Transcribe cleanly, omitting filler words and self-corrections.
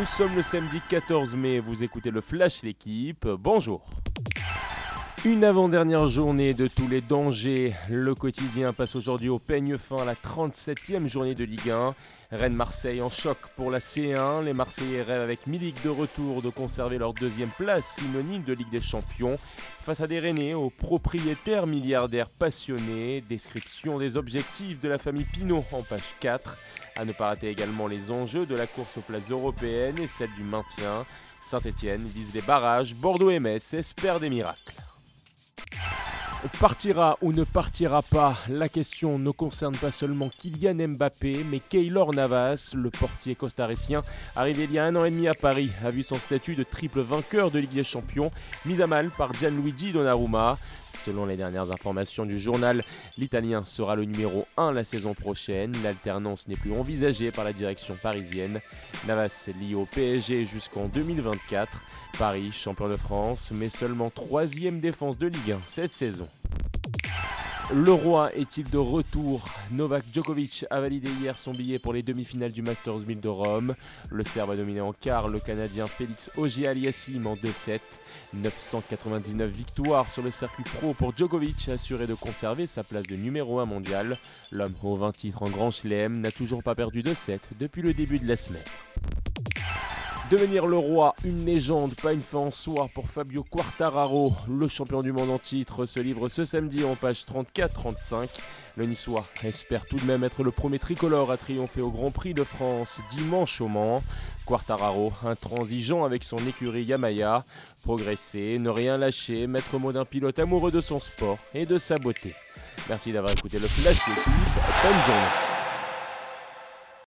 Nous sommes le samedi 14 mai, vous écoutez le Flash L'équipe, bonjour. Une avant-dernière journée de tous les dangers. Le quotidien passe aujourd'hui au peigne fin, la 37e journée de Ligue 1. Rennes-Marseille en choc pour la C1. Les Marseillais rêvent avec Milik de retour de conserver leur deuxième place, synonyme de Ligue des Champions. Face à des Rennais aux propriétaires milliardaires passionnés. Description des objectifs de la famille Pinault en page 4. À ne pas rater également les enjeux de la course aux places européennes et celle du maintien. Saint-Etienne vise les barrages. Bordeaux-MS espère des miracles. Partira ou ne partira pas, la question ne concerne pas seulement Kylian Mbappé, mais Keylor Navas, le portier costaricien, arrivé il y a 1 an et demi à Paris, a vu son statut de triple vainqueur de Ligue des Champions mis à mal par Gianluigi Donnarumma. Selon les dernières informations du journal, l'Italien sera le numéro 1 la saison prochaine. L'alternance n'est plus envisagée par la direction parisienne. Navas est lié au PSG jusqu'en 2024. Paris, champion de France, mais seulement 3e défense de Ligue 1 cette saison. Le roi est-il de retour? Novak Djokovic a validé hier son billet pour les demi-finales du Masters 1000 de Rome. Le Serbe a dominé en quart le Canadien Félix Auger-Aliassime en 2-7. 999 victoires sur le circuit pro pour Djokovic, assuré de conserver sa place de numéro 1 mondial. L'homme aux 20 titres en Grand Chelem n'a toujours pas perdu de 7 depuis le début de la semaine. Devenir le roi, une légende, pas une fin en soi pour Fabio Quartararo. Le champion du monde en titre se livre ce samedi en page 34-35. Le Niçois espère tout de même être le premier tricolore à triompher au Grand Prix de France dimanche au Mans. Quartararo, intransigeant avec son écurie Yamaha. Progresser, ne rien lâcher, maître mot d'un pilote amoureux de son sport et de sa beauté. Merci d'avoir écouté le Flash L'équipe. Bonne journée.